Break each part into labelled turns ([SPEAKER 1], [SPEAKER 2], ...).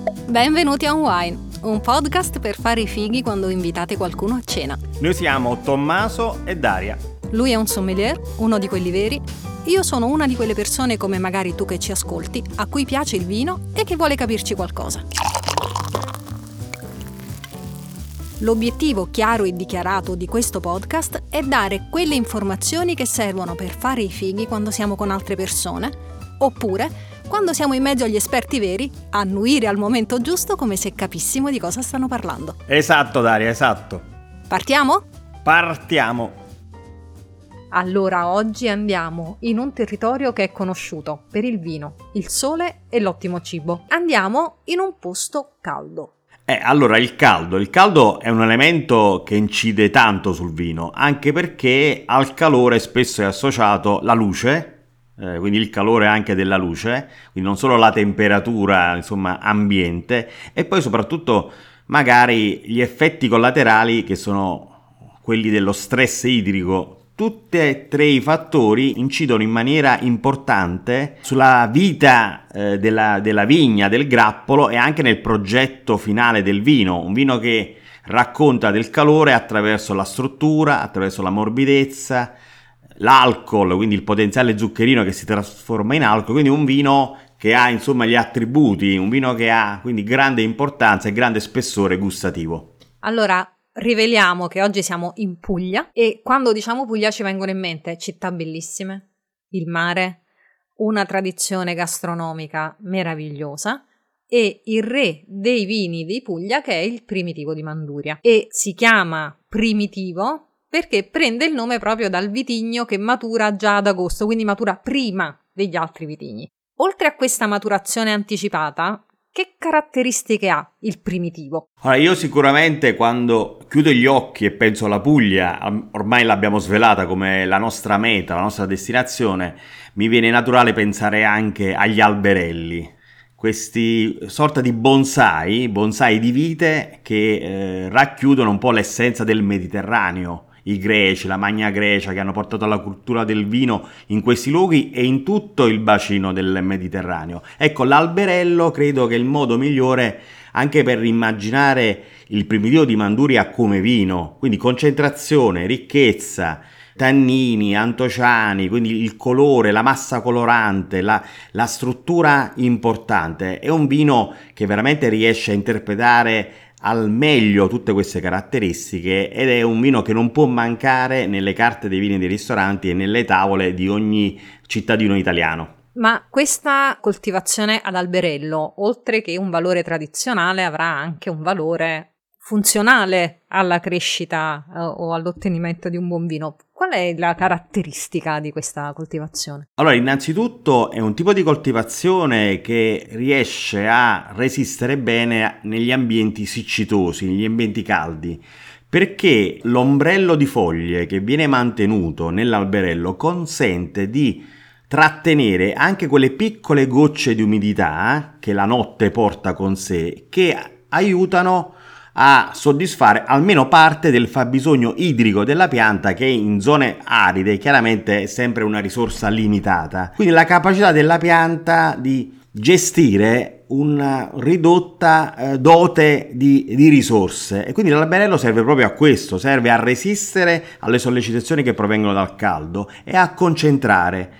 [SPEAKER 1] Benvenuti a Wine, un podcast per fare i fighi quando invitate qualcuno a cena.
[SPEAKER 2] Noi siamo Tommaso e Daria.
[SPEAKER 1] Lui è un sommelier, uno di quelli veri. Io sono una di quelle persone come magari tu che ci ascolti, a cui piace il vino e che vuole capirci qualcosa. L'obiettivo chiaro e dichiarato di questo podcast è dare quelle informazioni che servono per fare i fighi quando siamo con altre persone, oppure quando siamo in mezzo agli esperti veri, annuire al momento giusto come se capissimo di cosa stanno parlando.
[SPEAKER 2] Esatto, Daria, esatto.
[SPEAKER 1] Partiamo?
[SPEAKER 2] Partiamo.
[SPEAKER 1] Allora, oggi andiamo in un territorio che è conosciuto per il vino, il sole e l'ottimo cibo. Andiamo in un posto caldo.
[SPEAKER 2] Allora, il caldo è un elemento che incide tanto sul vino, anche perché al calore spesso è associato la luce, quindi il calore anche della luce, quindi non solo la temperatura, insomma, ambiente, e poi soprattutto magari gli effetti collaterali che sono quelli dello stress idrico. Tutti e tre i fattori incidono in maniera importante sulla vita della vigna, del grappolo e anche nel progetto finale del vino. Un vino che racconta del calore attraverso la struttura, attraverso la morbidezza, l'alcol, quindi il potenziale zuccherino che si trasforma in alcol, quindi un vino che ha insomma gli attributi, un vino che ha quindi grande importanza e grande spessore gustativo.
[SPEAKER 1] Allora, riveliamo che oggi siamo in Puglia e quando diciamo Puglia ci vengono in mente città bellissime, il mare, una tradizione gastronomica meravigliosa e il re dei vini di Puglia che è il Primitivo di Manduria. E si chiama Primitivo perché prende il nome proprio dal vitigno che matura già ad agosto, quindi matura prima degli altri vitigni. Oltre a questa maturazione anticipata, che caratteristiche ha il Primitivo?
[SPEAKER 2] Allora, io sicuramente quando chiudo gli occhi e penso alla Puglia, ormai l'abbiamo svelata come la nostra meta, la nostra destinazione, mi viene naturale pensare anche agli alberelli, questi sorta di bonsai di vite che racchiudono un po' l'essenza del Mediterraneo. I greci, la Magna Grecia che hanno portato la cultura del vino in questi luoghi e in tutto il bacino del Mediterraneo. Ecco, l'alberello credo che è il modo migliore anche per immaginare il Primitivo di Manduria come vino, quindi concentrazione, ricchezza, tannini, antociani, quindi il colore, la massa colorante, la struttura importante. È un vino che veramente riesce a interpretare al meglio tutte queste caratteristiche ed è un vino che non può mancare nelle carte dei vini dei ristoranti e nelle tavole di ogni cittadino italiano.
[SPEAKER 1] Ma questa coltivazione ad alberello, oltre che un valore tradizionale, avrà anche un valore funzionale alla crescita o all'ottenimento di un buon vino. Qual è la caratteristica di questa coltivazione?
[SPEAKER 2] Allora, innanzitutto è un tipo di coltivazione che riesce a resistere bene negli ambienti siccitosi, negli ambienti caldi, perché l'ombrello di foglie che viene mantenuto nell'alberello consente di trattenere anche quelle piccole gocce di umidità che la notte porta con sé, che aiutano a soddisfare almeno parte del fabbisogno idrico della pianta, che in zone aride chiaramente è sempre una risorsa limitata. Quindi la capacità della pianta di gestire una ridotta dote di risorse, e quindi l'alberello serve proprio a questo, serve a resistere alle sollecitazioni che provengono dal caldo e a concentrare.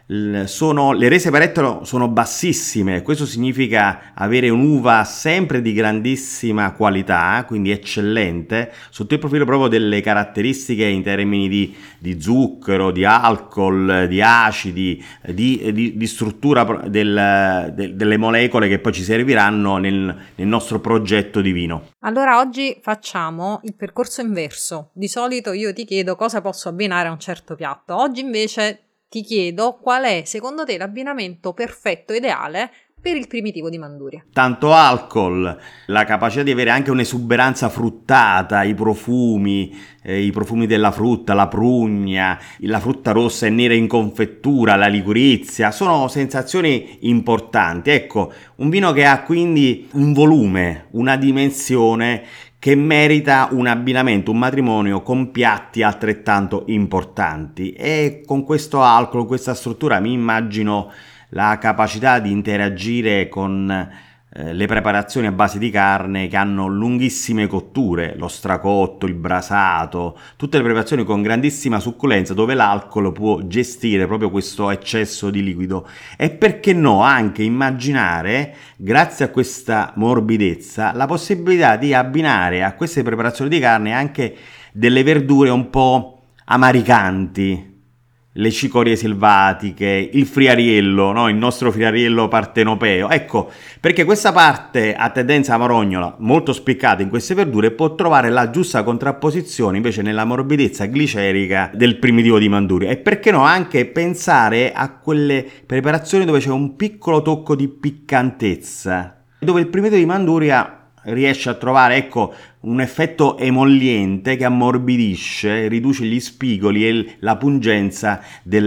[SPEAKER 2] Le rese per ettaro sono bassissime, questo significa avere un'uva sempre di grandissima qualità, quindi eccellente, sotto il profilo proprio delle caratteristiche in termini di zucchero, di alcol, di acidi, di struttura delle molecole che poi ci serviranno nel nostro progetto di vino.
[SPEAKER 1] Allora oggi facciamo il percorso inverso. Di solito io ti chiedo cosa posso abbinare a un certo piatto, oggi invece ti chiedo qual è secondo te l'abbinamento perfetto, ideale per il Primitivo di Manduria.
[SPEAKER 2] Tanto alcol, la capacità di avere anche un'esuberanza fruttata, i profumi della frutta, la prugna, la frutta rossa e nera in confettura, la liquirizia, sono sensazioni importanti. Ecco, un vino che ha quindi un volume, una dimensione che merita un abbinamento, un matrimonio con piatti altrettanto importanti, e con questo alcol, questa struttura mi immagino la capacità di interagire con le preparazioni a base di carne che hanno lunghissime cotture, lo stracotto, il brasato, tutte le preparazioni con grandissima succolenza dove l'alcol può gestire proprio questo eccesso di liquido. E perché no anche immaginare, grazie a questa morbidezza, la possibilità di abbinare a queste preparazioni di carne anche delle verdure un po' amaricanti, le cicorie selvatiche, il friariello, no? Il nostro friariello partenopeo. Ecco, perché questa parte a tendenza amarognola, molto spiccata in queste verdure, può trovare la giusta contrapposizione invece nella morbidezza glicerica del primitivo di Manduria. E perché no anche pensare a quelle preparazioni dove c'è un piccolo tocco di piccantezza, dove il primitivo di Manduria riesce a trovare, ecco, un effetto emolliente che ammorbidisce, riduce gli spigoli e la pungenza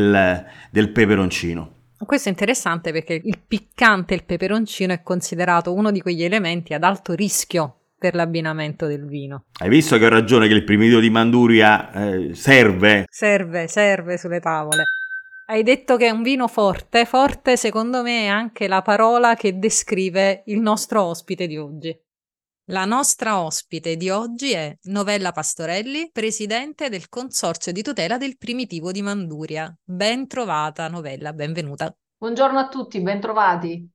[SPEAKER 2] del peperoncino.
[SPEAKER 1] Questo è interessante perché il piccante e il peperoncino è considerato uno di quegli elementi ad alto rischio per l'abbinamento del vino.
[SPEAKER 2] Hai visto che ho ragione che il primitivo di Manduria serve?
[SPEAKER 1] Serve sulle tavole. Hai detto che è un vino forte. Forte secondo me è anche la parola che descrive il nostro ospite di oggi. La nostra ospite di oggi è Novella Pastorelli, presidente del Consorzio di tutela del primitivo di Manduria. Ben trovata Novella, benvenuta.
[SPEAKER 3] Buongiorno a tutti, bentrovati.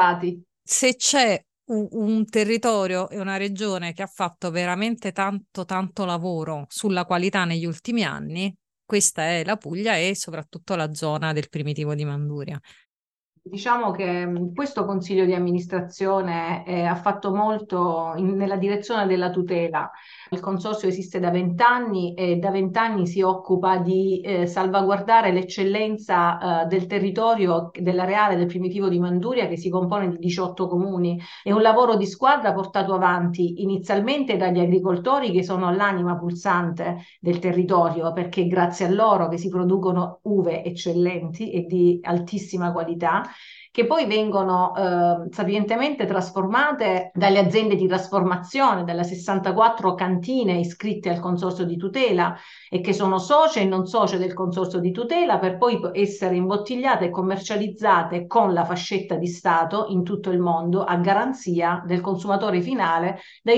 [SPEAKER 1] Se c'è un territorio e una regione che ha fatto veramente tanto lavoro sulla qualità negli ultimi anni, questa è la Puglia e soprattutto la zona del primitivo di Manduria.
[SPEAKER 3] Diciamo che questo consiglio di amministrazione ha fatto molto nella direzione della tutela. Il consorzio esiste da 20 anni e da 20 anni si occupa di salvaguardare l'eccellenza del territorio dell'areale del primitivo di Manduria, che si compone di 18 comuni. È un lavoro di squadra portato avanti inizialmente dagli agricoltori, che sono l'anima pulsante del territorio, perché è grazie a loro che si producono uve eccellenti e di altissima qualità, che poi vengono sapientemente trasformate dalle aziende di trasformazione, dalle 64 cantine iscritte al consorzio di tutela e che sono socie e non socie del consorzio di tutela, per poi essere imbottigliate e commercializzate con la fascetta di Stato in tutto il mondo a garanzia del consumatore finale dai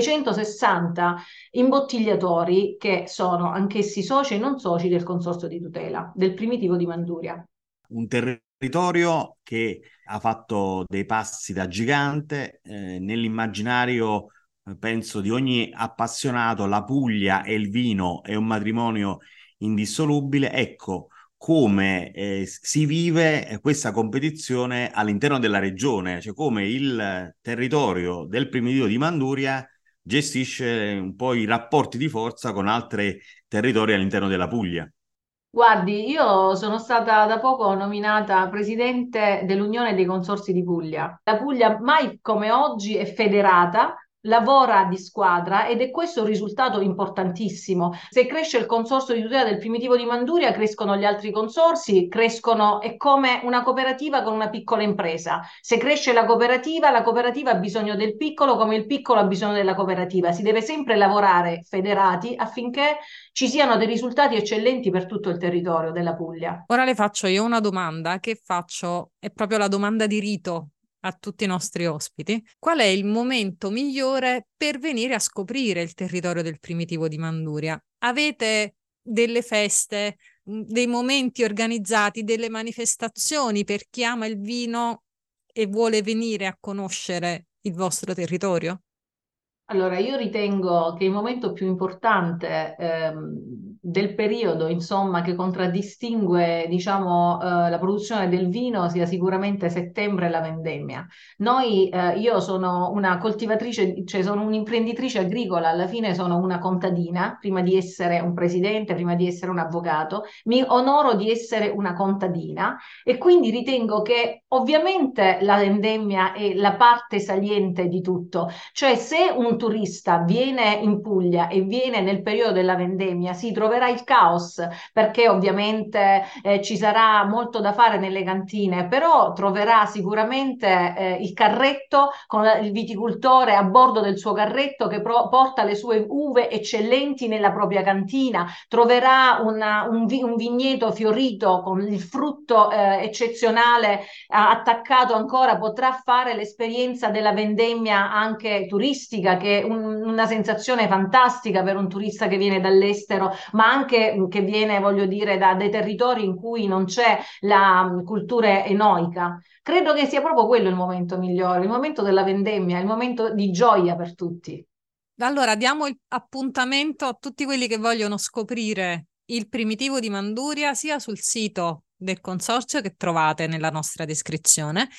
[SPEAKER 3] 160 imbottigliatori che sono anch'essi soci e non soci del consorzio di tutela del primitivo di Manduria.
[SPEAKER 2] Un territorio che ha fatto dei passi da gigante nell'immaginario, penso, di ogni appassionato. La Puglia e il vino è un matrimonio indissolubile. Ecco come si vive questa competizione all'interno della regione, cioè come il territorio del primitivo di Manduria gestisce un po' i rapporti di forza con altri territori all'interno della Puglia.
[SPEAKER 3] Guardi, io sono stata da poco nominata presidente dell'Unione dei Consorzi di Puglia. La Puglia mai come oggi è federata, lavora di squadra ed è questo un risultato importantissimo. Se cresce il consorzio di tutela del primitivo di Manduria, crescono gli altri consorzi, crescono, è come una cooperativa con una piccola impresa. Se cresce la cooperativa ha bisogno del piccolo come il piccolo ha bisogno della cooperativa. Si deve sempre lavorare federati affinché ci siano dei risultati eccellenti per tutto il territorio della Puglia.
[SPEAKER 1] Ora le faccio io una domanda che faccio, è proprio la domanda di rito a tutti i nostri ospiti. Qual è il momento migliore per venire a scoprire il territorio del primitivo di Manduria? Avete delle feste, dei momenti organizzati, delle manifestazioni per chi ama il vino e vuole venire a conoscere il vostro territorio?
[SPEAKER 3] Allora, io ritengo che il momento più importante del periodo, insomma, che contraddistingue, diciamo, la produzione del vino sia sicuramente settembre e la vendemmia. Io sono una coltivatrice, cioè sono un'imprenditrice agricola, alla fine sono una contadina, prima di essere un presidente, prima di essere un avvocato, mi onoro di essere una contadina e quindi ritengo che ovviamente la vendemmia è la parte saliente di tutto, cioè se un un turista viene in Puglia e viene nel periodo della vendemmia, si troverà il caos perché ovviamente ci sarà molto da fare nelle cantine, però troverà sicuramente il carretto con il viticoltore a bordo del suo carretto che porta le sue uve eccellenti nella propria cantina, troverà un vigneto fiorito con il frutto eccezionale attaccato ancora, potrà fare l'esperienza della vendemmia anche turistica, che è una sensazione fantastica per un turista che viene dall'estero, ma anche che viene, voglio dire, da dei territori in cui non c'è la cultura enoica. Credo che sia proprio quello il momento migliore, il momento della vendemmia, il momento di gioia per tutti.
[SPEAKER 1] Allora, diamo il appuntamento a tutti quelli che vogliono scoprire il primitivo di Manduria sia sul sito del consorzio che trovate nella nostra descrizione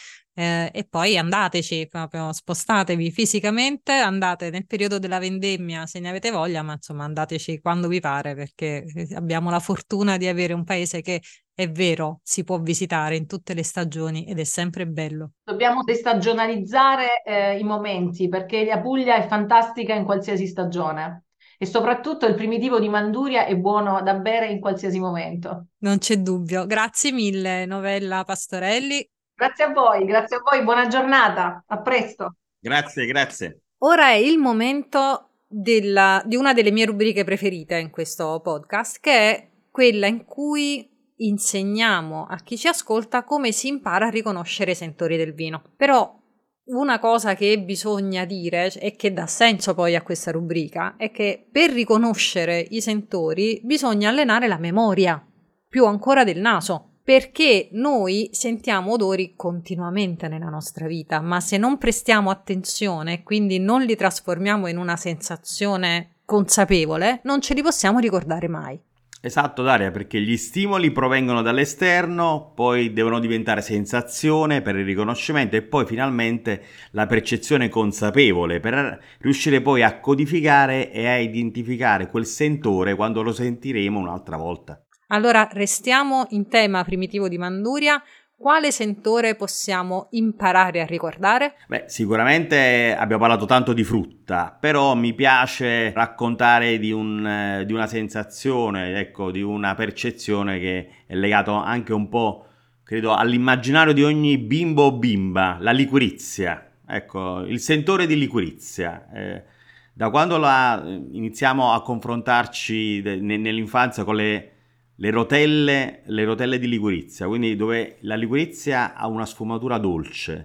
[SPEAKER 1] e poi andateci, proprio spostatevi fisicamente, andate nel periodo della vendemmia se ne avete voglia, ma insomma andateci quando vi pare perché abbiamo la fortuna di avere un paese che è vero, si può visitare in tutte le stagioni ed è sempre bello.
[SPEAKER 3] Dobbiamo destagionalizzare i momenti perché la Puglia è fantastica in qualsiasi stagione e soprattutto il primitivo di Manduria è buono da bere in qualsiasi momento.
[SPEAKER 1] Non c'è dubbio. Grazie mille, Novella Pastorelli.
[SPEAKER 3] Grazie a voi, buona giornata, a presto.
[SPEAKER 2] Grazie, grazie.
[SPEAKER 1] Ora è il momento di una delle mie rubriche preferite in questo podcast, che è quella in cui insegniamo a chi ci ascolta come si impara a riconoscere i sentori del vino. Però una cosa che bisogna dire e che dà senso poi a questa rubrica è che per riconoscere i sentori bisogna allenare la memoria, più ancora del naso. Perché noi sentiamo odori continuamente nella nostra vita, ma se non prestiamo attenzione e quindi non li trasformiamo in una sensazione consapevole, non ce li possiamo ricordare mai.
[SPEAKER 2] Esatto, Daria, perché gli stimoli provengono dall'esterno, poi devono diventare sensazione per il riconoscimento e poi finalmente la percezione consapevole per riuscire poi a codificare e a identificare quel sentore quando lo sentiremo un'altra volta.
[SPEAKER 1] Allora, restiamo in tema primitivo di Manduria. Quale sentore possiamo imparare a ricordare?
[SPEAKER 2] Beh, sicuramente abbiamo parlato tanto di frutta, però mi piace raccontare di una sensazione, ecco, di una percezione che è legato anche un po', credo, all'immaginario di ogni bimbo o bimba, la liquirizia. Ecco, il sentore di liquirizia. Da quando iniziamo a confrontarci nell'infanzia con le rotelle di liquirizia, quindi dove la liquirizia ha una sfumatura dolce.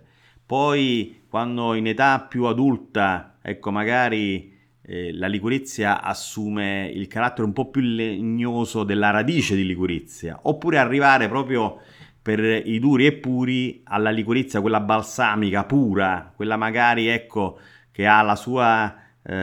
[SPEAKER 2] Poi quando in età più adulta, ecco, magari la liquirizia assume il carattere un po' più legnoso della radice di liquirizia, oppure arrivare proprio per i duri e puri alla liquirizia, quella balsamica pura, quella magari, ecco, che ha la sua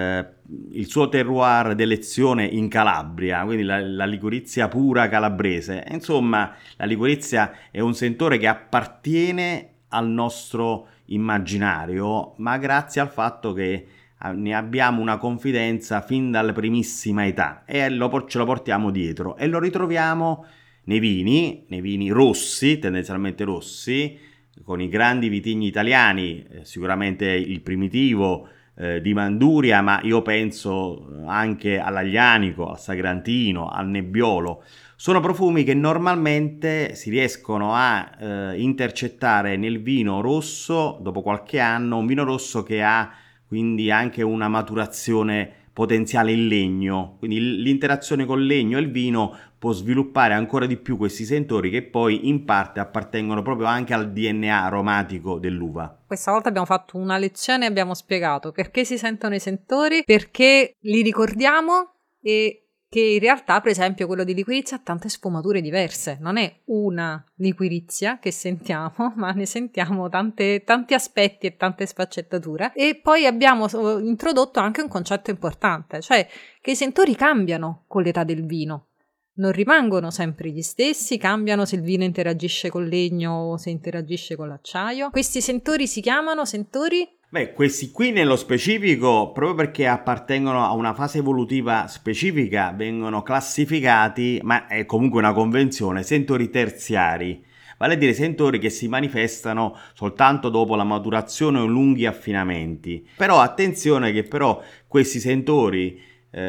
[SPEAKER 2] il suo terroir d'elezione in Calabria, quindi la liquirizia pura calabrese. Insomma, la liquirizia è un sentore che appartiene al nostro immaginario, ma grazie al fatto che ne abbiamo una confidenza fin dalla primissima età e ce lo portiamo dietro e lo ritroviamo nei vini rossi, tendenzialmente rossi, con i grandi vitigni italiani, sicuramente il primitivo di Manduria, ma io penso anche all'Aglianico, al Sagrantino, al Nebbiolo. Sono profumi che normalmente si riescono a intercettare nel vino rosso dopo qualche anno, un vino rosso che ha quindi anche una maturazione potenziale in legno, quindi l'interazione col legno e il vino può sviluppare ancora di più questi sentori che poi in parte appartengono proprio anche al DNA aromatico dell'uva.
[SPEAKER 1] Questa volta abbiamo fatto una lezione e abbiamo spiegato perché si sentono i sentori, perché li ricordiamo e che in realtà, per esempio, quello di liquirizia ha tante sfumature diverse. Non è una liquirizia che sentiamo, ma ne sentiamo tanti aspetti e tante sfaccettature. E poi abbiamo introdotto anche un concetto importante, cioè che i sentori cambiano con l'età del vino. Non rimangono sempre gli stessi, cambiano se il vino interagisce col legno o se interagisce con l'acciaio. Questi sentori si chiamano sentori?
[SPEAKER 2] Beh, questi qui nello specifico, proprio perché appartengono a una fase evolutiva specifica, vengono classificati, ma è comunque una convenzione, sentori terziari. vale a dire sentori che si manifestano soltanto dopo la maturazione o lunghi affinamenti. Però attenzione che però questi sentori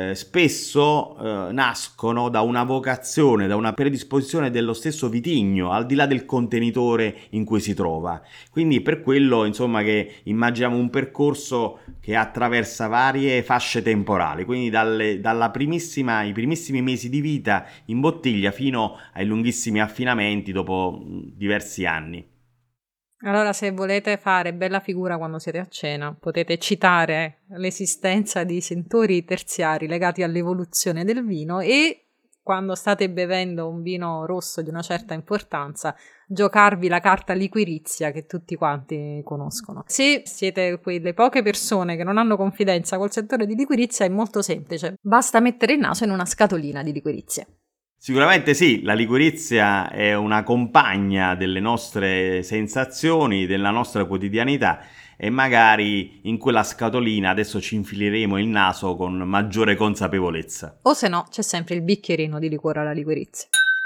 [SPEAKER 2] spesso nascono da una vocazione, da una predisposizione dello stesso vitigno, al di là del contenitore in cui si trova. Quindi per quello, insomma, che immaginiamo un percorso che attraversa varie fasce temporali, quindi i primissimi mesi di vita in bottiglia fino ai lunghissimi affinamenti dopo diversi anni.
[SPEAKER 1] Allora, se volete fare bella figura quando siete a cena, potete citare l'esistenza di sentori terziari legati all'evoluzione del vino e, quando state bevendo un vino rosso di una certa importanza, giocarvi la carta liquirizia che tutti quanti conoscono. Se siete quelle poche persone che non hanno confidenza col settore di liquirizia, è molto semplice. Basta mettere il naso in una scatolina di liquirizia.
[SPEAKER 2] Sicuramente sì, la liquirizia è una compagna delle nostre sensazioni, della nostra quotidianità e magari in quella scatolina adesso ci infileremo il naso con maggiore consapevolezza.
[SPEAKER 1] O se no, c'è sempre il bicchierino di liquore alla liquirizia.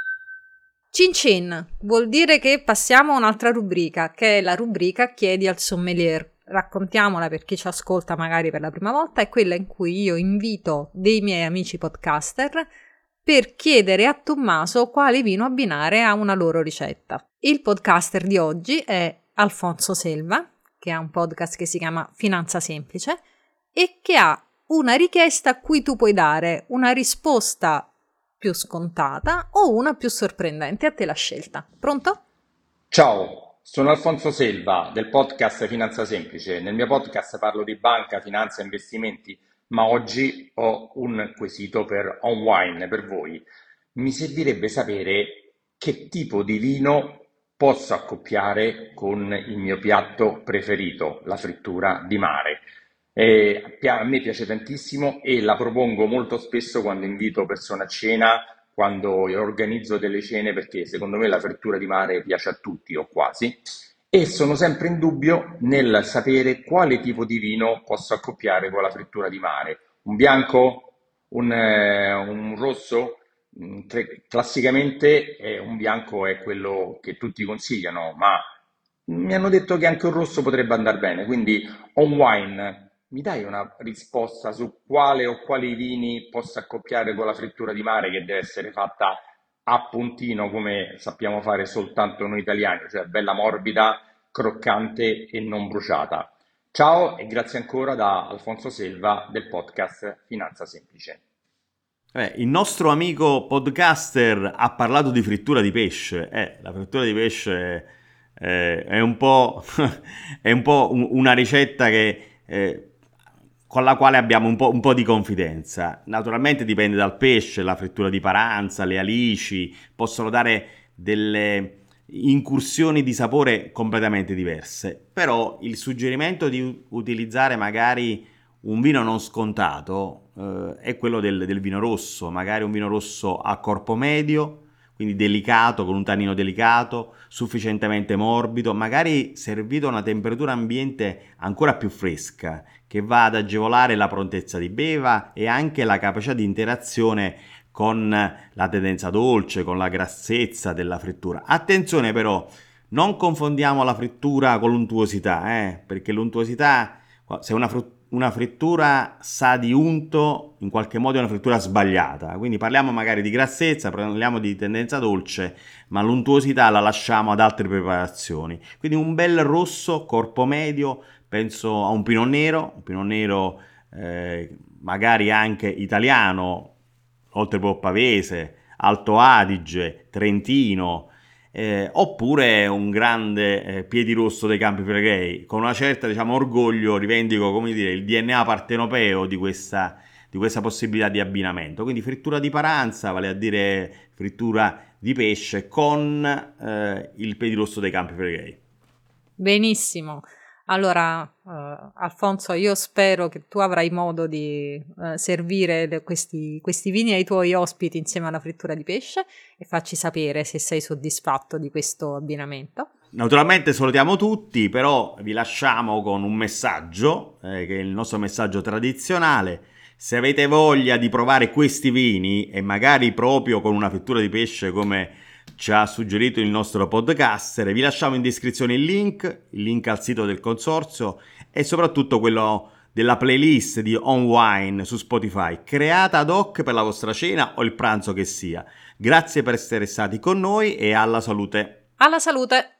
[SPEAKER 1] Cin cin vuol dire che passiamo a un'altra rubrica, che è la rubrica Chiedi al sommelier. Raccontiamola per chi ci ascolta magari per la prima volta, è quella in cui io invito dei miei amici podcaster per chiedere a Tommaso quale vino abbinare a una loro ricetta. Il podcaster di oggi è Alfonso Selva, che ha un podcast che si chiama Finanza Semplice e che ha una richiesta a cui tu puoi dare una risposta più scontata o una più sorprendente. A te la scelta. Pronto?
[SPEAKER 4] Ciao, sono Alfonso Selva del podcast Finanza Semplice. Nel mio podcast parlo di banca, finanza e investimenti, ma oggi ho un quesito per OnWine per voi. Mi servirebbe sapere che tipo di vino posso accoppiare con il mio piatto preferito, la frittura di mare. A me piace tantissimo e la propongo molto spesso quando invito persone a cena, quando organizzo delle cene, perché secondo me la frittura di mare piace a tutti o quasi. E sono sempre in dubbio nel sapere quale tipo di vino posso accoppiare con la frittura di mare. Un bianco? Un rosso? Classicamente un bianco è quello che tutti consigliano, ma mi hanno detto che anche un rosso potrebbe andare bene, quindi OnWine, mi dai una risposta su quale o quali vini posso accoppiare con la frittura di mare che deve essere fatta a puntino come sappiamo fare soltanto noi italiani, cioè bella morbida, croccante e non bruciata. Ciao e grazie ancora da Alfonso Selva del podcast Finanza Semplice.
[SPEAKER 2] Il nostro amico podcaster ha parlato di frittura di pesce. La frittura di pesce è un po', è un po' una ricetta che con la quale abbiamo un po' di confidenza. Naturalmente dipende dal pesce, la frittura di paranza, le alici, possono dare delle incursioni di sapore completamente diverse. Però il suggerimento di utilizzare magari un vino non scontato è quello del vino rosso, magari un vino rosso a corpo medio, quindi delicato, con un tannino delicato, sufficientemente morbido, magari servito a una temperatura ambiente ancora più fresca, che va ad agevolare la prontezza di beva e anche la capacità di interazione con la tendenza dolce, con la grassezza della frittura. Attenzione però, non confondiamo la frittura con l'untuosità, perché l'untuosità, se una frittura sa di unto, in qualche modo è una frittura sbagliata. Quindi parliamo magari di grassezza, parliamo di tendenza dolce, ma l'untuosità la lasciamo ad altre preparazioni. Quindi un bel rosso, corpo medio, penso a un pinot nero magari anche italiano, oltre che pavese, Alto Adige, Trentino, oppure un grande Piedirosso dei Campi Flegrei. Con una certa, orgoglio rivendico, come dire, il DNA partenopeo di questa possibilità di abbinamento. Quindi frittura di paranza, vale a dire frittura di pesce con il Piedirosso dei Campi Flegrei.
[SPEAKER 1] Benissimo. Allora, Alfonso, io spero che tu avrai modo di servire questi vini ai tuoi ospiti insieme alla frittura di pesce e facci sapere se sei soddisfatto di questo abbinamento.
[SPEAKER 2] Naturalmente salutiamo tutti, però vi lasciamo con un messaggio, che è il nostro messaggio tradizionale. Se avete voglia di provare questi vini, e magari proprio con una frittura di pesce come ci ha suggerito il nostro podcaster. Vi lasciamo in descrizione il link al sito del consorzio e soprattutto quello della playlist di On Wine su Spotify, creata ad hoc per la vostra cena o il pranzo che sia. Grazie per essere stati con noi e alla salute.
[SPEAKER 1] Alla salute!